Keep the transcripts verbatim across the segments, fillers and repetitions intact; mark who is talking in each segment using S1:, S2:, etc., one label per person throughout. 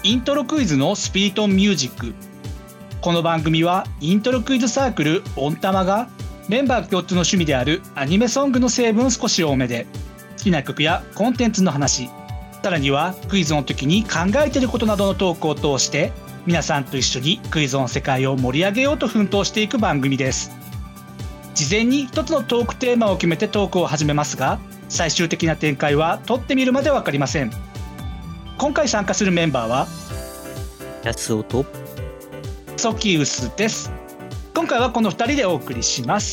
S1: イントロクイズのスピリトンミュージック。この番組はイントロクイズサークルオンタマがメンバー共通の趣味であるアニメソングの成分少し多めで、好きな曲やコンテンツの話、さらにはクイズの時に考えていることなどのトークを通して皆さんと一緒にクイズの世界を盛り上げようと奮闘していく番組です。事前に一つのトークテーマを決めてトークを始めますが、最終的な展開は撮ってみるまで分かりません。今回参加するメンバーは
S2: やすおと
S1: ソキウスです。今回はこのふたりでお送りします。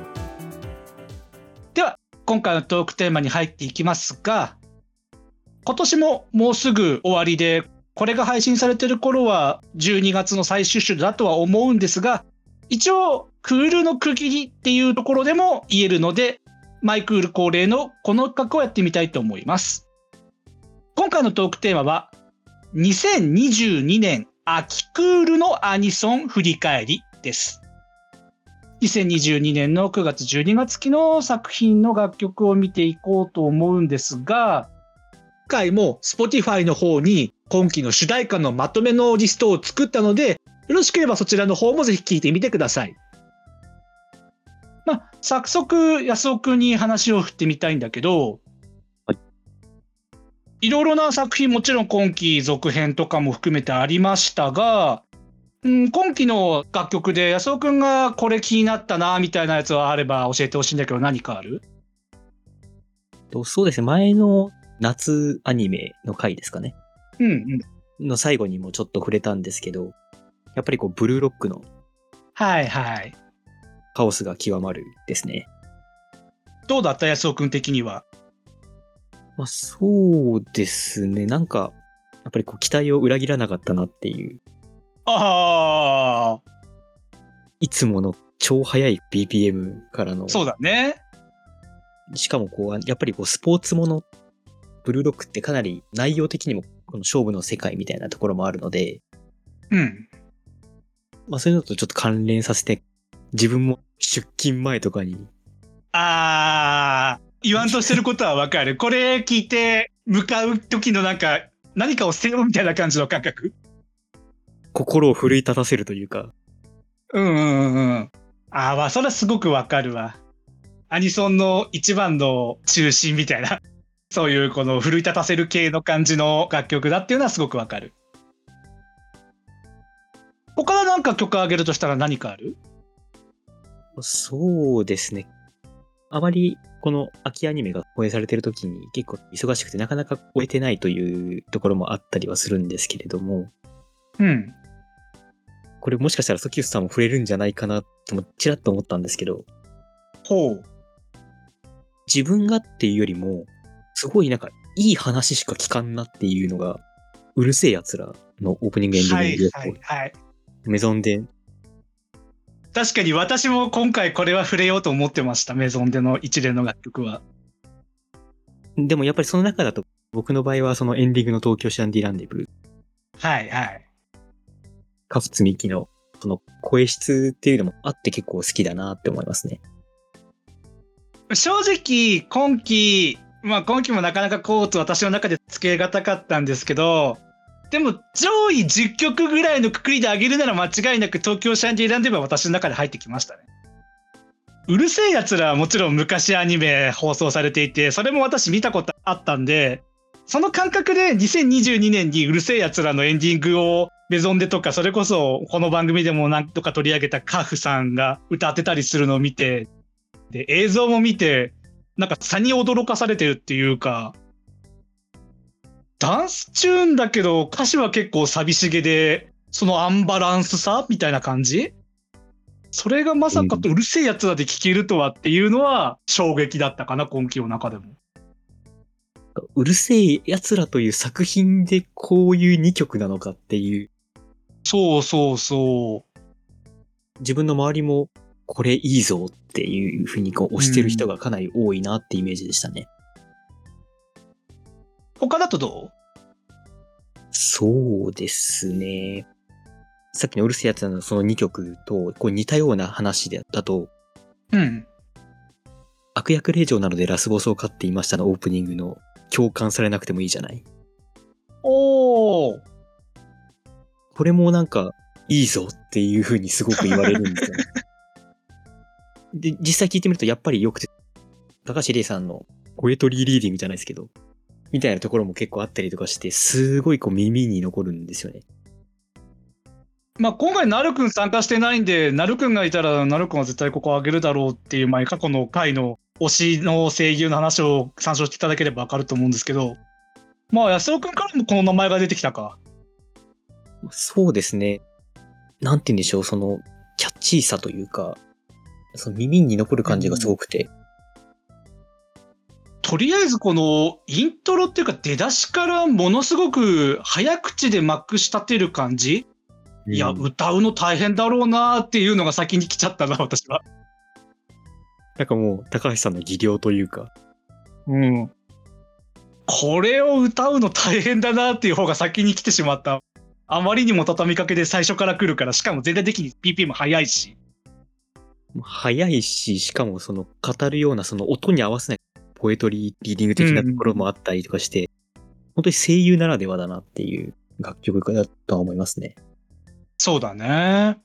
S1: では今回のトークテーマに入っていきますが、今年ももうすぐ終わりで、これが配信されている頃はじゅうにがつの最終週だとは思うんですが、一応クールの区切りっていうところでも言えるので、マイクール恒例のこの企画をやってみたいと思います。今回のトークテーマはにせんにじゅうにねん秋クールのアニソン振り返りです。にせんにじゅうにねんのくがつじゅうにがつ期の作品の楽曲を見ていこうと思うんですが、今回も Spotify の方に今期の主題歌のまとめのリストを作ったので、よろしければそちらの方もぜひ聞いてみてください。まあ、早速安尾くんに話を振ってみたいんだけど、はい、いろいろな作品もちろん今期続編とかも含めてありましたが、うん、今期の楽曲で安尾くんがこれ気になったなみたいなやつはあれば教えてほしいんだけど、何かある？
S2: そうですね、前の夏アニメの回ですかね、
S1: うんうん、
S2: の最後にもちょっと触れたんですけど、やっぱりこうブルーロックの
S1: はいはい
S2: カオスが極まるですね。
S1: どうだった安尾くん的には？
S2: まあ、そうですね、なんかやっぱりこう期待を裏切らなかったなっていう。
S1: ああ、
S2: いつもの超速い ビーピーエム からの。
S1: そうだね。
S2: しかもこうやっぱりこうスポーツもの、ブルーロックってかなり内容的にもこの勝負の世界みたいなところもあるので、
S1: うん。
S2: まあそういうのとちょっと関連させて、自分も出勤前とかに。
S1: ああ、言わんとしてることはわかる。これ聞いて向かう時のなんか何かを捨てようみたいな感じの感覚。
S2: 心を奮い立たせるというか。
S1: うんうんうん。ああ、まあそれはすごくわかるわ。アニソンの一番の中心みたいな、そういうこの奮い立たせる系の感じの楽曲だっていうのはすごくわかる。他はなんか曲あげるとしたら何かある？
S2: そうですね。あまりこの秋アニメが放映されてる時に結構忙しくてなかなか終えてないというところもあったりはするんですけれども。
S1: うん。
S2: これもしかしたらソキウスさんも触れるんじゃないかなともちらっと思ったんですけど。
S1: ほう。
S2: 自分がっていうよりも、すごいなんかいい話しか聞かんなっていうのが、うるせえ奴らのオープニングエンディングで、
S1: はいはいはい。
S2: メゾンで。
S1: 確かに私も今回これは触れようと思ってました。メゾンでの一連の楽曲は。
S2: でもやっぱりその中だと、僕の場合はそのエンディングの東京シャンディランデブー。
S1: はいはい。
S2: カフツミキのその声質っていうのもあって結構好きだなって思いますね。
S1: 正直今期、まあ今期もなかなかコーツ私の中でつけがたかったんですけど、でも上位じゅっきょくぐらいのくくりで上げるなら間違いなく東京シャンディランデブーは私の中で入ってきましたね。うるせえやつらはもちろん昔アニメ放送されていて、それも私見たことあったんで、その感覚でにせんにじゅうにねんにうるせえやつらのエンディングをメゾンでとか、それこそこの番組でも何とか取り上げたカフさんが歌ってたりするのを見て、で映像も見て、なんか差に驚かされてるっていうか、ダンスチューンだけど歌詞は結構寂しげで、そのアンバランスさみたいな感じ、それがまさかとうるせえやつらで聴けるとはっていうのは衝撃だったかな、今期の中でも。
S2: うるせえやつらという作品でこういうにきょくなのかっていう。
S1: そうそうそう。
S2: 自分の周りもこれいいぞっていう風にこう押してる人がかなり多いなってイメージでしたね。
S1: うん、他だとどう？
S2: そうですね。さっきのうるせえやつらのそのにきょくとこう似たような話でだと、
S1: うん。
S2: 悪役令嬢なのでラスボスを飼っていましたのオープニングの共感されなくてもいいじゃない。
S1: おー。
S2: これもなんかいいぞっていう風にすごく言われるんですよね。で、実際聞いてみるとやっぱり良くて、高橋理恵さんのポエトリーリーディングじゃないですけど、みたいなところも結構あったりとかして、すごいこう耳に残るんですよね。
S1: まあ、今回、なるくん参加してないんで、なるくんがいたら、なるくんは絶対ここ上げるだろうっていう、まあ、過去の回の推しの声優の話を参照していただければ分かると思うんですけど、まあ、安尾くんからもこの名前が出てきたか。
S2: そうですね。なんて言うんでしょう、その、キャッチーさというか、その耳に残る感じがすごくて。うん、
S1: とりあえずこのイントロっていうか出だしからものすごく早口でまくし立てる感じ、うん、いや、歌うの大変だろうなっていうのが先に来ちゃったな、私は。
S2: なんかもう、高橋さんの技量というか。
S1: うん。これを歌うの大変だなっていう方が先に来てしまった。あまりにも畳みかけで最初から来るから、しかも全体的に ピーピー も速いし。
S2: 速いし、しかもその語るようなその音に合わせないポエトリーリーディング的なところもあったりとかして、うん、本当に声優ならではだなっていう楽曲だとは思いますね。
S1: そうだね。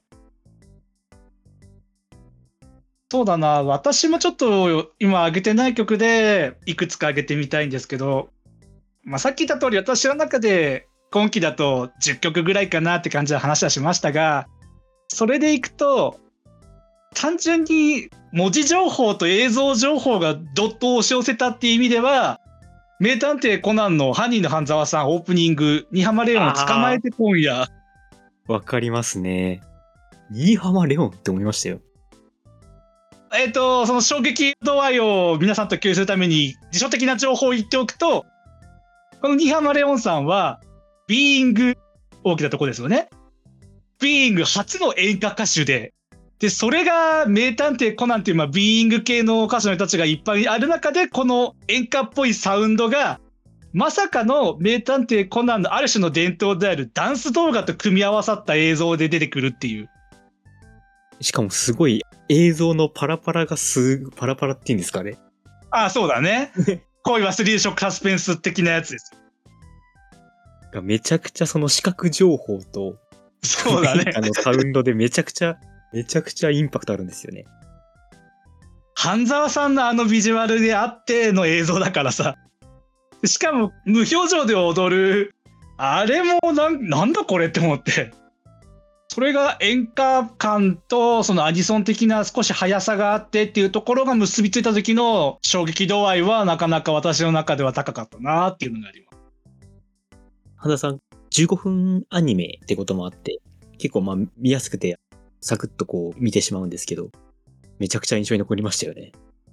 S1: そうだな。私もちょっと今上げてない曲でいくつか上げてみたいんですけど、まあ、さっき言った通り私の中で今期だとじゅっきょくぐらいかなって感じで話はしましたが、それでいくと単純に文字情報と映像情報がどっと押し寄せたっていう意味では、名探偵コナンの犯人の半沢さんオープニング、新浜レオンを捕まえて今夜。
S2: わかりますね。新浜レオンって思いましたよ。
S1: えっと、その衝撃度合いを皆さんと共有するために辞書的な情報を言っておくと、この新浜レオンさんは、ビーイング、大きなとこですよね。ビーイング初の演歌歌手で、で、それが名探偵コナンっていう、まあ、ビーイング系の歌手の人たちがいっぱいある中で、この演歌っぽいサウンドが、まさかの名探偵コナンのある種の伝統であるダンス動画と組み合わさった映像で出てくるっていう。
S2: しかもすごい映像のパラパラがすパラパラっていうんですかね。
S1: ああ、そうだね。恋はスリルショックサスペンス的なやつです。
S2: めちゃくちゃその視覚情報と、
S1: そうだね。
S2: あのサウンドでめちゃくちゃ、めちゃくちゃインパクトあるんですよね。
S1: 半沢さんのあのビジュアルであっての映像だからさ。しかも無表情で踊る、あれもなん、なんだこれって思って。それが演歌感とそのアニソン的な少し速さがあってっていうところが結びついた時の衝撃度合いはなかなか私の中では高かったなっていうのがあります。
S2: 半田さん、じゅうごふんアニメってこともあって、結構まあ見やすくてサクッとこう見てしまうんですけど、めちゃくちゃ印象に残りましたよね。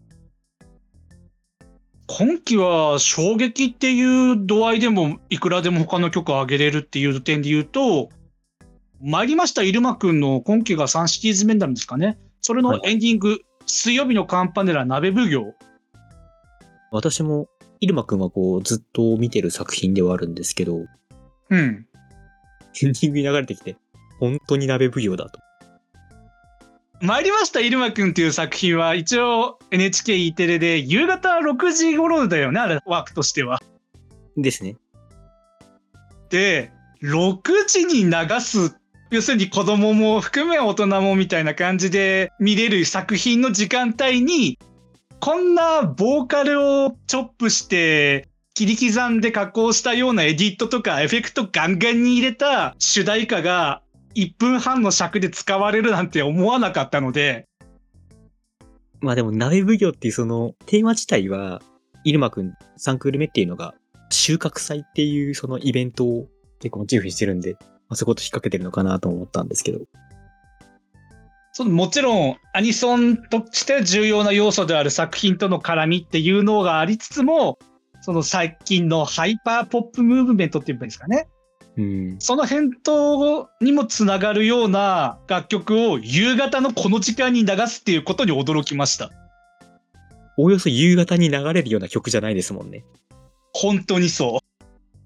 S1: 今期は衝撃っていう度合いでもいくらでも他の曲を上げれるっていう点で言うと、参りました入間くんの今期がさんシリーズ目なんですかね。それのエンディング、はい、水曜日のカンパネラ鍋奉行。
S2: 私も入間くんはこうずっと見てる作品ではあるんですけど、
S1: うん。
S2: エンディングに流れてきて、本当に鍋奉行だと。
S1: 参りました入間くんっていう作品は一応 エヌエイチケー E テレで夕方ろくじ頃だよね、あれワークとしては。
S2: ですね。
S1: で、ろくじに流す、要するに子供も含め大人もみたいな感じで見れる作品の時間帯に、こんなボーカルをチョップして切り刻んで加工したようなエディットとかエフェクトガンガンに入れた主題歌がいっぷんはんの尺で使われるなんて思わなかったので。
S2: まあでも鍋奉行っていうそのテーマ自体は入間くんさんクール目っていうのが収穫祭っていうそのイベントを結構モチーフにしてるんで、まあ、そういうこと引っ掛けてるのかなと思ったんですけど。
S1: そのもちろんアニソンとして重要な要素である作品との絡みっていうのがありつつも、その最近のハイパーポップムーブメントっていうんですかね。
S2: うん、
S1: その返答にもつながるような楽曲を夕方のこの時間に流すっていうことに驚きました。
S2: おおよそ夕方に流れるような曲じゃないですもんね。
S1: 本当にそう。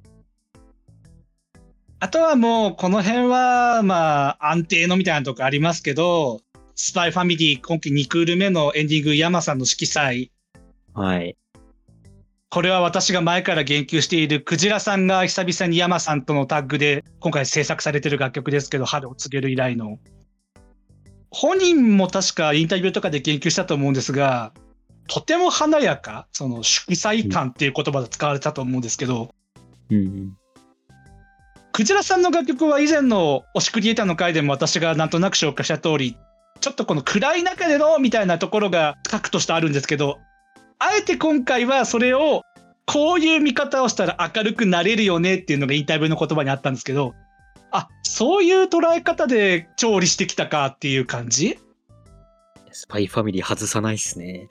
S1: あとはもうこの辺はまあ安定のみたいなとこありますけど、スパイファミリー今期にクール目のエンディング山さんの色彩。
S2: はい。
S1: これは私が前から言及しているクジラさんが久々にヤマさんとのタッグで今回制作されている楽曲ですけど、春を告げる以来の。本人も確かインタビューとかで言及したと思うんですが、とても華やか、その色彩感っていう言葉が使われたと思うんですけど、
S2: うん。
S1: クジラさんの楽曲は以前の推しクリエイターの回でも私がなんとなく紹介した通り、ちょっとこの暗い中でのみたいなところが核としてあるんですけど、あえて今回はそれをこういう見方をしたら明るくなれるよねっていうのがインタビューの言葉にあったんですけど、あ、そういう捉え方で調理してきたかっていう感じ。
S2: スパイファミリー外さないっすね。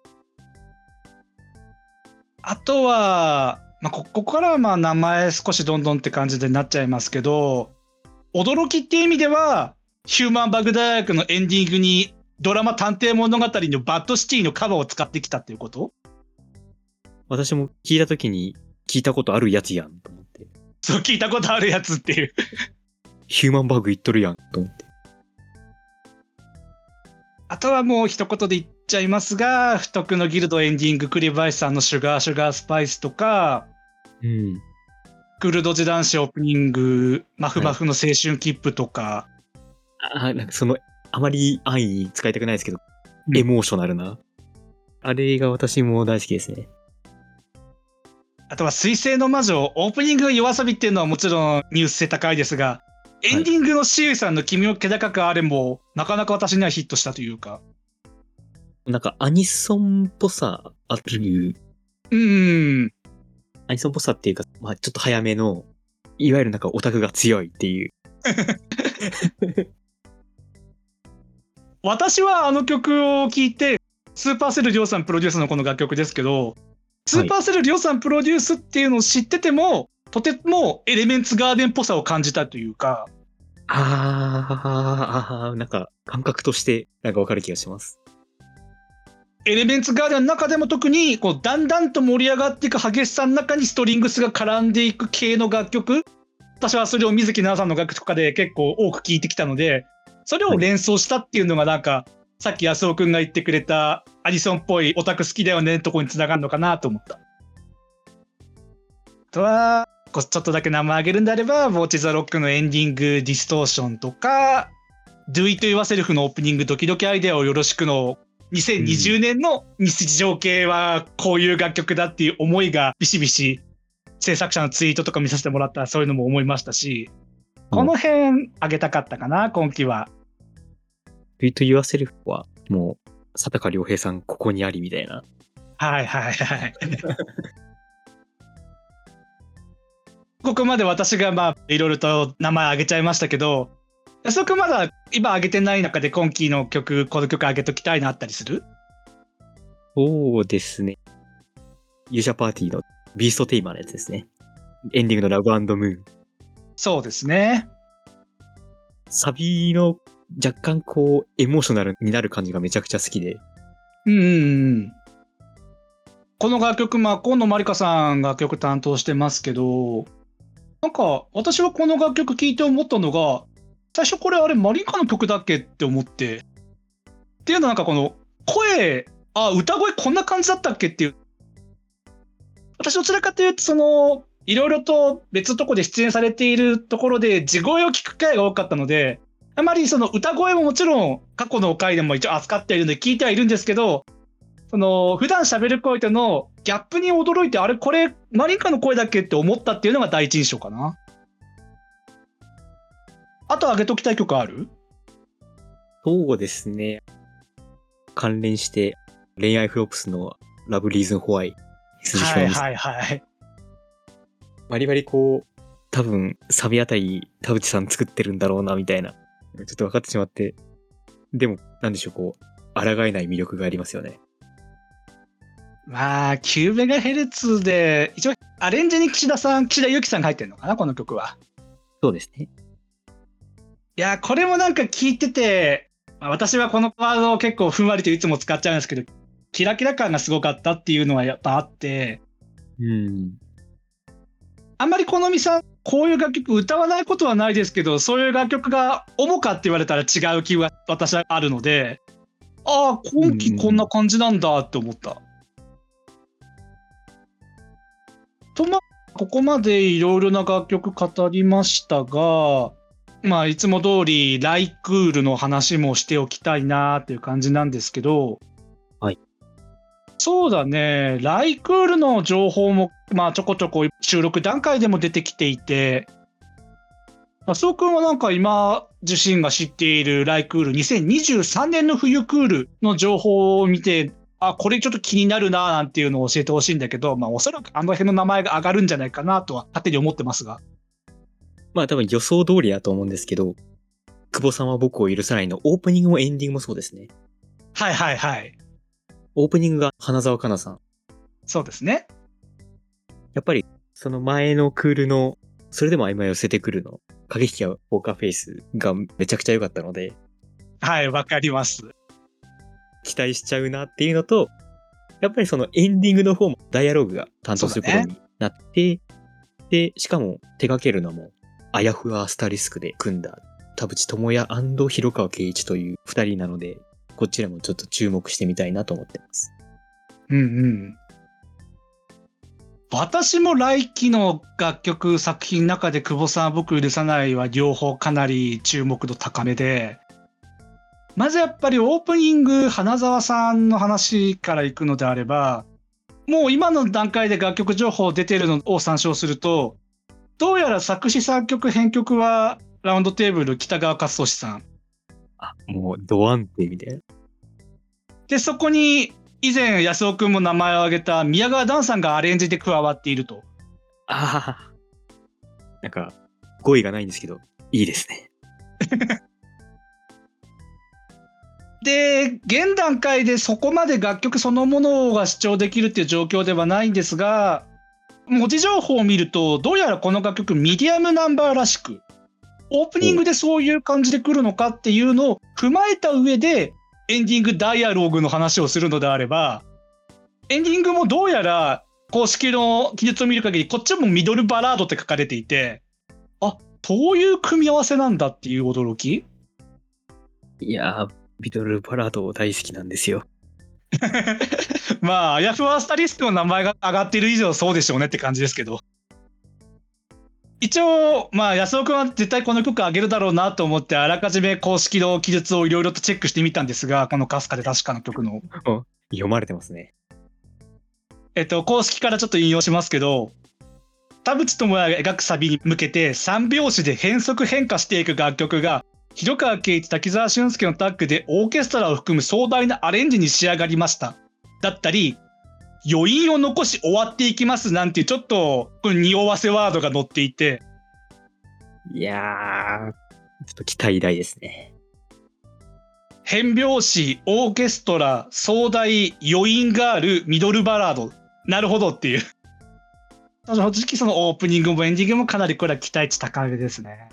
S1: あとは、まあ、ここからはまあ名前少しどんどんって感じでなっちゃいますけど、驚きっていう意味ではヒューマンバグ大学のエンディングにドラマ探偵物語のバッドシティのカバーを使ってきたっていうこと。
S2: 私も聞いたときに聞いたことあるやつやんと思って。
S1: そう、聞いたことあるやつっていう
S2: ヒューマンバグ言っとるやんと思って。
S1: あとはもう一言で言っちゃいますが、不徳のギルドエンディング、栗林さんのシュガーシュガースパイスとか、
S2: うん。
S1: クルド時男子オープニング、マフマフの青春切符とか、
S2: はい、あ、なんかその、あまり安易に使いたくないですけど、うん、エモーショナルな。あれが私も大好きですね。
S1: あとは水星の魔女、オープニングの夜遊びっていうのはもちろんニュース性高いですが、エンディングのシウイさんの君を気高くあれも、なかなか私にはヒットしたというか。
S2: なんかアニソンっぽさある。
S1: うん。
S2: アニソンっぽさっていうか、まあちょっと早めの、いわゆるなんかオタクが強いっていう。
S1: 私はあの曲を聴いて、スーパーセルリョウさんプロデュースのこの楽曲ですけど、スーパーセルリョウさんプロデュースっていうのを知ってても、とてもエレメンツガーデンっぽさを感じたというか。
S2: あー、なんか感覚としてなんかわかる気がします。
S1: エレメンツガーデンの中でも特にこうだんだんと盛り上がっていく激しさの中にストリングスが絡んでいく系の楽曲、私はそれを水木奈々さんの楽曲とかで結構多く聴いてきたので、それを連想したっていうのがなんか、はい、さっき安尾くんが言ってくれたアニソンっぽいオタク好きだよねのとこにつながるのかなと思った。あとはちょっとだけ名前挙げるんであれば、ウォッチザロックのエンディングディストーションとか、Do It Yourselfのオープニングドキドキアイデアをよろしくのにせんにじゅうねんの日常系はこういう楽曲だっていう思いがビシビシ制作者のツイートとか見させてもらったらそういうのも思いましたし、この辺あげたかったかな今期は。
S2: Do It Yourselfはもう佐高良平さんここにありみたいな。
S1: はいはいはいここまで私がまあいろいろと名前挙げちゃいましたけど、安尾くんまだ今挙げてない中で今期の曲、この曲挙げときたいのあったりする？
S2: そうですね。勇者パーティーのビーストテーマのやつですね。エンディングのラブ&ムーン。
S1: そうですね。
S2: サビの若干こうエモーショナルになる感じがめちゃくちゃ好きで。
S1: うんうんうん。この楽曲、まあ今野まりかさんが楽曲担当してますけど、なんか私はこの楽曲聴いて思ったのが、最初これあれマリカの曲だっけって思って、っていうのはなんかこの声、あ、歌声こんな感じだったっけっていう。私どちらかというとそのいろいろと別のところで出演されているところで地声を聞く機会が多かったので、あまりその歌声ももちろん過去の回でも一応扱っているので聞いてはいるんですけど、その普段喋る声とのギャップに驚いて、あれこれマリカの声だっけって思ったっていうのが第一印象かな。あと挙げときたい曲ある？
S2: そうですね。関連して恋愛フロップスのラブリーズンホワイ。
S1: はいはいはい。
S2: バリバリこう多分サビあたり田淵さん作ってるんだろうなみたいなちょっと分かってしまって、でもなんでしょう、こう抗えない魅力がありますよね。
S1: まあきゅうメガヘルツで一応アレンジに岸田さん岸田由紀さんが入ってるのかなこの曲は。
S2: そうですね。
S1: いやこれもなんか聞いてて、まあ、私はこのワードを結構ふんわりといつも使っちゃうんですけど、キラキラ感がすごかったっていうのはやっぱあって、
S2: うん、
S1: あんまりこのみさんこういう楽曲歌わないことはないですけど、そういう楽曲が主かって言われたら違う気は私はあるので、ああ今期こんな感じなんだって思った。 とまあここまでいろいろな楽曲語りましたが、まあいつも通りライクールの話もしておきたいなっていう感じなんですけど、
S2: はい。
S1: そうだね、ライクールの情報もまあちょこちょこ収録段階でも出てきていて、安尾くんはなんか今自身が知っているライクールにせんにじゅうさんねんの冬クールの情報を見て、あ、これちょっと気になるななんていうのを教えてほしいんだけど、まあおそらくあの辺の名前が上がるんじゃないかなとは勝手に思ってますが。
S2: まあ多分予想通りだと思うんですけど、久保さんは僕を許さないのオープニングもエンディングもそうですね。
S1: はいはいはい。
S2: オープニングが花澤香菜さん。
S1: そうですね。
S2: やっぱりその前のクールのそれでも曖昧寄せてくるの駆け引きやポーカーフェイスがめちゃくちゃ良かったので、
S1: はい、わかります。
S2: 期待しちゃうなっていうのと、やっぱりそのエンディングの方もダイアログが担当することになって、で、しかも手掛けるのもあやふアスタリスクで組んだ田淵智也&広川圭一という二人なので、こちらもちょっと注目してみたいなと思ってます。
S1: うんうん。私も来期の楽曲作品の中で久保さんは僕許さないは両方かなり注目度高めで、まずやっぱりオープニング花澤さんの話からいくのであれば、もう今の段階で楽曲情報出てるのを参照すると、どうやら作詞作曲編曲はラウンドテーブル北川勝利さん
S2: あ、もうド安定みたいな。
S1: で、そこに以前安尾くんも名前を挙げた宮川ダンさんがアレンジで加わっていると。
S2: ああ。なんか、語彙がないんですけど、いいですね。
S1: で、現段階でそこまで楽曲そのものが視聴できるっていう状況ではないんですが、文字情報を見ると、どうやらこの楽曲ミディアムナンバーらしく、オープニングでそういう感じで来るのかっていうのを踏まえた上で、エンディングダイアログの話をするのであれば、エンディングもどうやら公式の記述を見る限り、こっちもミドルバラードって書かれていて、あ、そういう組み合わせなんだっていう驚き。
S2: いやー、ミドルバラード大好きなんですよ。
S1: まあ、ヤフーアスタリスクの名前が上がっている以上そうでしょうねって感じですけど。一応、まあ、安尾くんは絶対この曲上げるだろうなと思って、あらかじめ公式の記述をいろいろとチェックしてみたんですが、このかすかで確かな曲の。
S2: 読まれてますね。
S1: えっと、公式からちょっと引用しますけど、田淵智也が描くサビに向けて三拍子で変則変化していく楽曲が、広川圭一、滝沢俊介のタッグでオーケストラを含む壮大なアレンジに仕上がりました。だったり、余韻を残し終わっていきますなんていうちょっと匂わせワードが載っていて、
S2: いやー、ちょっと期待大ですね。
S1: 変拍子、オーケストラ、壮大、余韻があるミドルバラード。なるほどっていう。正直そのオープニングもエンディングもかなりこれは期待値高めですね。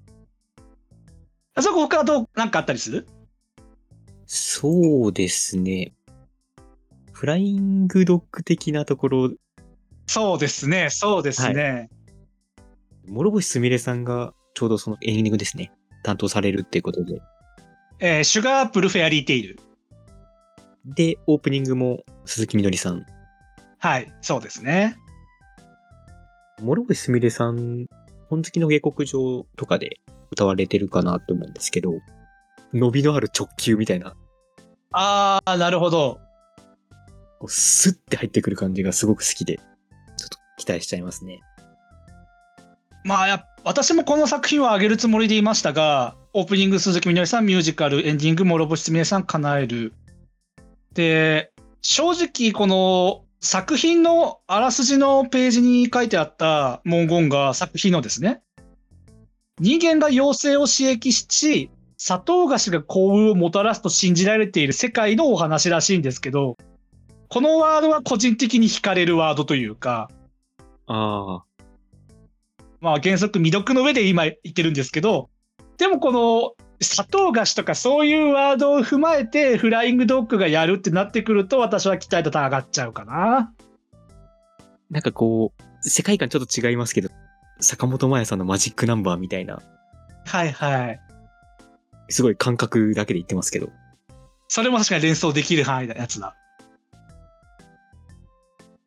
S1: あそこ他はどうなんかあったりする？
S2: そうですね。フライングドッグ的なところ。
S1: そうですね、そうですね。
S2: 諸星すみれさんがちょうどそのエンディングですね。担当されるっていうことで。
S1: えー、シュガーアップルフェアリーテイル。
S2: で、オープニングも鈴木みのりさん。
S1: はい、そうですね。
S2: 諸星すみれさん、本好きの下克上とかで歌われてるかなと思うんですけど、伸びのある直球みたいな。
S1: あー、なるほど。
S2: こうスッて入ってくる感じがすごく好きで、ちょっと期待しちゃいますね。
S1: まあや、私もこの作品は上げるつもりでいましたが、オープニング鈴木みのりさん、ミュージカル、エンディング諸星すみれさん、叶える。で、正直この作品のあらすじのページに書いてあった文言が作品のですね、人間が妖精を刺激し、砂糖菓子が幸運をもたらすと信じられている世界のお話らしいんですけど、このワードは個人的に惹かれるワードというか、
S2: ああ。
S1: まあ原則未読の上で今言ってるんですけど、でもこの砂糖菓子とかそういうワードを踏まえてフライングドッグがやるってなってくると私は期待度上がっちゃうかな。
S2: なんかこう、世界観ちょっと違いますけど、坂本真綾さんのマジックナンバーみたいな、
S1: はいはい。
S2: すごい感覚だけで言ってますけど。
S1: それも確かに連想できる範囲のやつだ。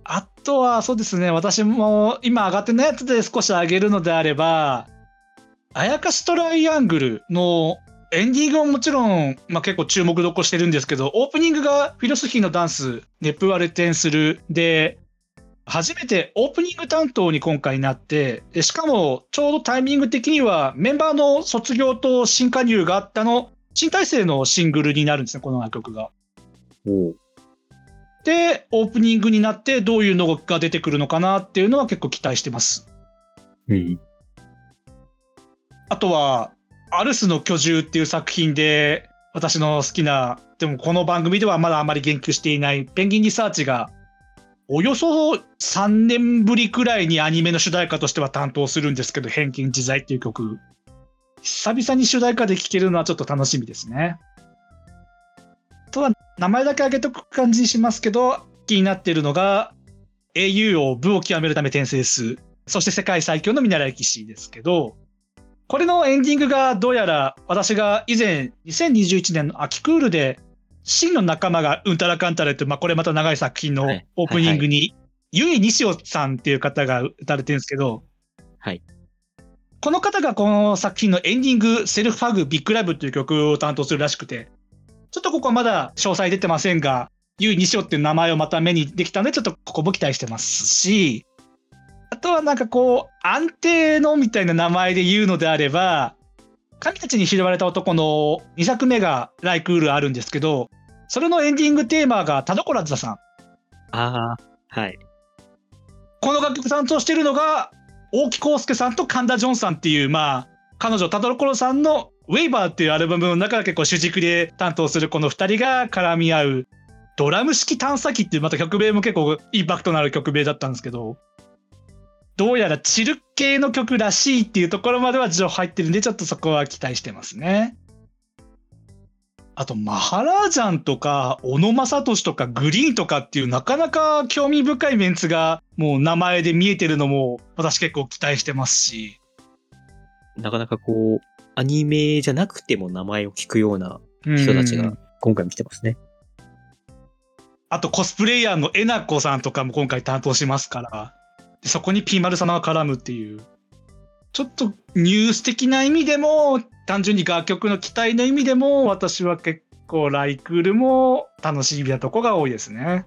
S1: あとはそうですね、私も今上がってないやつで少し上げるのであれば、あやかしトライアングルのエンディングももちろん、まあ、結構注目どころしてるんですけど、オープニングがフィロソフィーのダンス、ネプワレテンするで、初めてオープニング担当に今回なって、でしかもちょうどタイミング的にはメンバーの卒業と新加入があったの、新体制のシングルになるんですね、この楽曲が。
S2: おう。
S1: で、オープニングになってどういうのが出てくるのかなっていうのは結構期待してます。
S2: うん。
S1: あとは、アルスの居住っていう作品で、私の好きな、でもこの番組ではまだあまり言及していないペンギンリサーチが、およそさんねんぶりくらいにアニメの主題歌としては担当するんですけど、偏見自在っていう曲。久々に主題歌で聴けるのはちょっと楽しみですね。あとは、名前だけ挙げとく感じにしますけど、気になっているのが、英雄王武を極めるため転生す。そして世界最強の見習い騎士ですけど、これのエンディングがどうやら私が以前にせんにじゅういちねんの秋クールで真の仲間がうんたらかんたらという、まあ、これまた長い作品のオープニングにゆいにしおさんっていう方が歌われてるんですけど、
S2: はい。
S1: この方がこの作品のエンディングセルフハグビッグラブという曲を担当するらしくて、ちょっとここはまだ詳細出てませんが、ゆいにしおっていう名前をまた目にできたのでちょっとここも期待してますし、あとはなんかこう安定のみたいな名前で言うのであれば、神たちに拾われた男のにさくめがライクールあるんですけど、それのエンディングテーマが田所あずささん。
S2: ああ、はい。
S1: この楽曲担当してるのが大木康介さんと神田ジョンさんっていう、まあ彼女田所さんのウェイバーっていうアルバムの中で結構主軸で担当するこのふたりが絡み合うドラム式探査機っていうまた曲名も結構インパクトのある曲名だったんですけど、どうやらチル系の曲らしいっていうところまでは情報入ってるんで、ちょっとそこは期待してますね。あとマハラージャンとか小野正俊とかグリーンとかっていうなかなか興味深いメンツがもう名前で見えてるのも私結構期待してますし、
S2: なかなかこう、アニメじゃなくても名前を聞くような人たちが今回も来てますね。
S1: あとコスプレイヤーのえなこさんとかも今回担当しますから、でそこにピーマル様が絡むっていう、ちょっとニュース的な意味でも単純に楽曲の期待の意味でも私は結構ライクールも楽しみなとこが多いですね。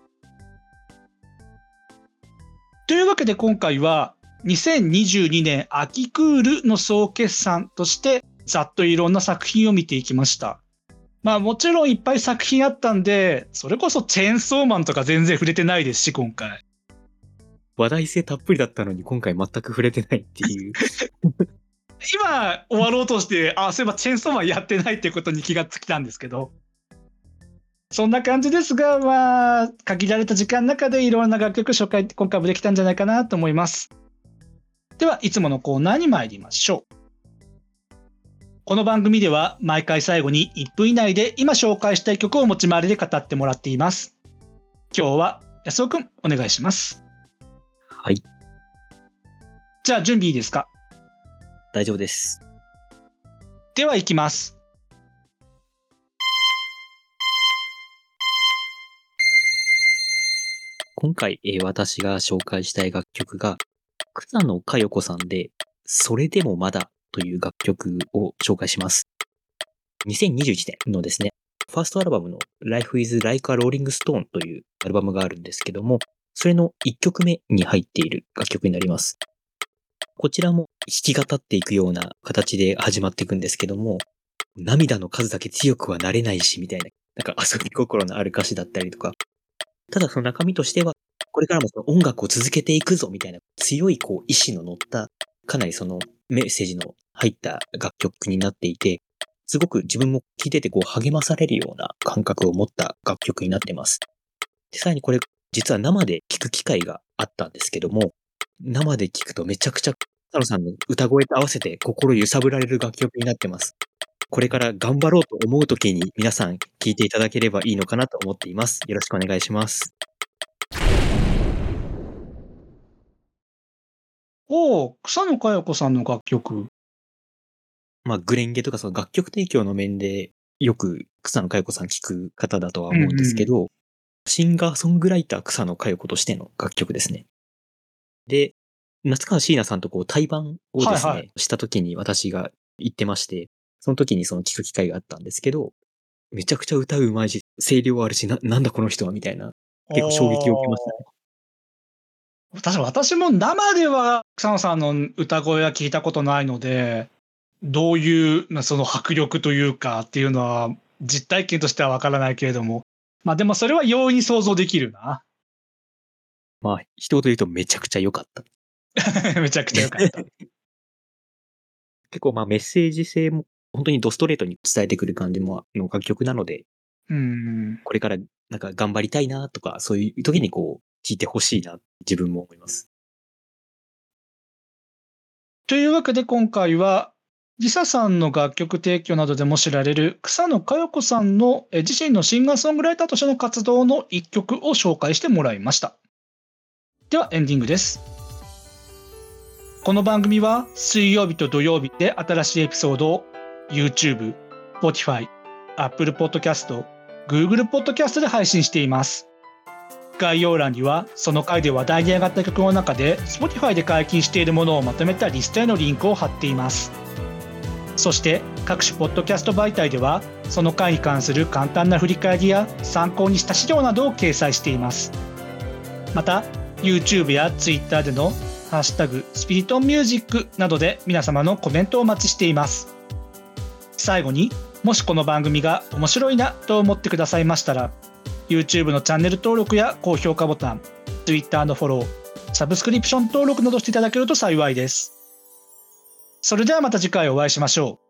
S1: というわけで今回はにせんにじゅうにねん秋クールの総決算としてざっといろんな作品を見ていきました。まあもちろんいっぱい作品あったんで、それこそチェーンソーマンとか全然触れてないですし、今回。
S2: 話題性たっぷりだったのに今回全く触れてないっていう。
S1: 今終わろうとして、あ、そういえばチェーンソーマンやってないっていうことに気がつきたんですけど。そんな感じですが、まあ、限られた時間の中でいろんな楽曲紹介、今回もできたんじゃないかなと思います。では、いつものコーナーに参りましょう。この番組では毎回最後にいっぷん以内で今紹介したい曲を持ち回りで語ってもらっています。今日は安尾くんお願いします。
S2: はい。
S1: じゃあ準備いいですか？
S2: 大丈夫です。
S1: では行きます。
S2: 今回、えー私が紹介したい楽曲が草野佳代子さんでそれでもまだという楽曲を紹介します。にせんにじゅういちねんのですね、ファーストアルバムの Life is Like a Rolling Stone というアルバムがあるんですけども、それのいっきょくめに入っている楽曲になります。こちらも弾き語っていくような形で始まっていくんですけども、涙の数だけ強くはなれないしみたいな、なんか遊び心のある歌詞だったりとか、ただその中身としては、これからもその音楽を続けていくぞみたいな強いこう意志の乗った、かなりそのメッセージの入った楽曲になっていて、すごく自分も聴いててこう励まされるような感覚を持った楽曲になっています。で、さらにこれ実は生で聴く機会があったんですけども、生で聴くとめちゃくちゃ草野さんの歌声と合わせて心揺さぶられる楽曲になってます。これから頑張ろうと思うときに皆さん聴いていただければいいのかなと思っています。よろしくお願いします。
S1: おお、草野佳代子さんの楽曲。
S2: まあ、グレンゲとかその楽曲提供の面でよく草野佳代子さん聴く方だとは思うんですけど、うんうん、 シンガーソングライター草野佳代子としての楽曲ですね。で、夏川椎菜さんとこう対バンをですね、
S1: はいはい、
S2: した時に私が行ってまして、その時にその聞く機会があったんですけど、めちゃくちゃ歌ううまいし、声量あるし、な、なんだこの人はみたいな、結構衝撃を受けましたね。
S1: 確か私も生では草野さんの歌声は聞いたことないので、どういうその迫力というかっていうのは実体験としてはわからないけれども、まあでもそれは容易に想像できるな。
S2: まあ、一言で言うとめちゃくちゃ良かった。
S1: めちゃくちゃ良かった。
S2: 結構まあメッセージ性も本当にドストレートに伝えてくる感じもの楽曲なので、
S1: うん。
S2: これからなんか頑張りたいなとか、そういう時にこう、聴いてほしいな、自分も思います。
S1: というわけで今回は、リサさんの楽曲提供などでも知られる草野佳代子さんのえ自身のシンガーソングライターとしての活動の一曲を紹介してもらいました。ではエンディングです。この番組は水曜日と土曜日で新しいエピソードを YouTube、Spotify、Apple Podcast、Google Podcast で配信しています。概要欄にはその回で話題に上がった曲の中で Spotify で解禁しているものをまとめたリストへのリンクを貼っています。そして各種ポッドキャスト媒体ではその回に関する簡単な振り返りや参考にした資料などを掲載しています。また YouTube や Twitter でのハッシュタグスピリトンミュージックなどで皆様のコメントをお待ちしています。最後に、もしこの番組が面白いなと思ってくださいましたら、YouTube のチャンネル登録や高評価ボタン、Twitter のフォロー、サブスクリプション登録などしていただけると幸いです。それではまた次回お会いしましょう。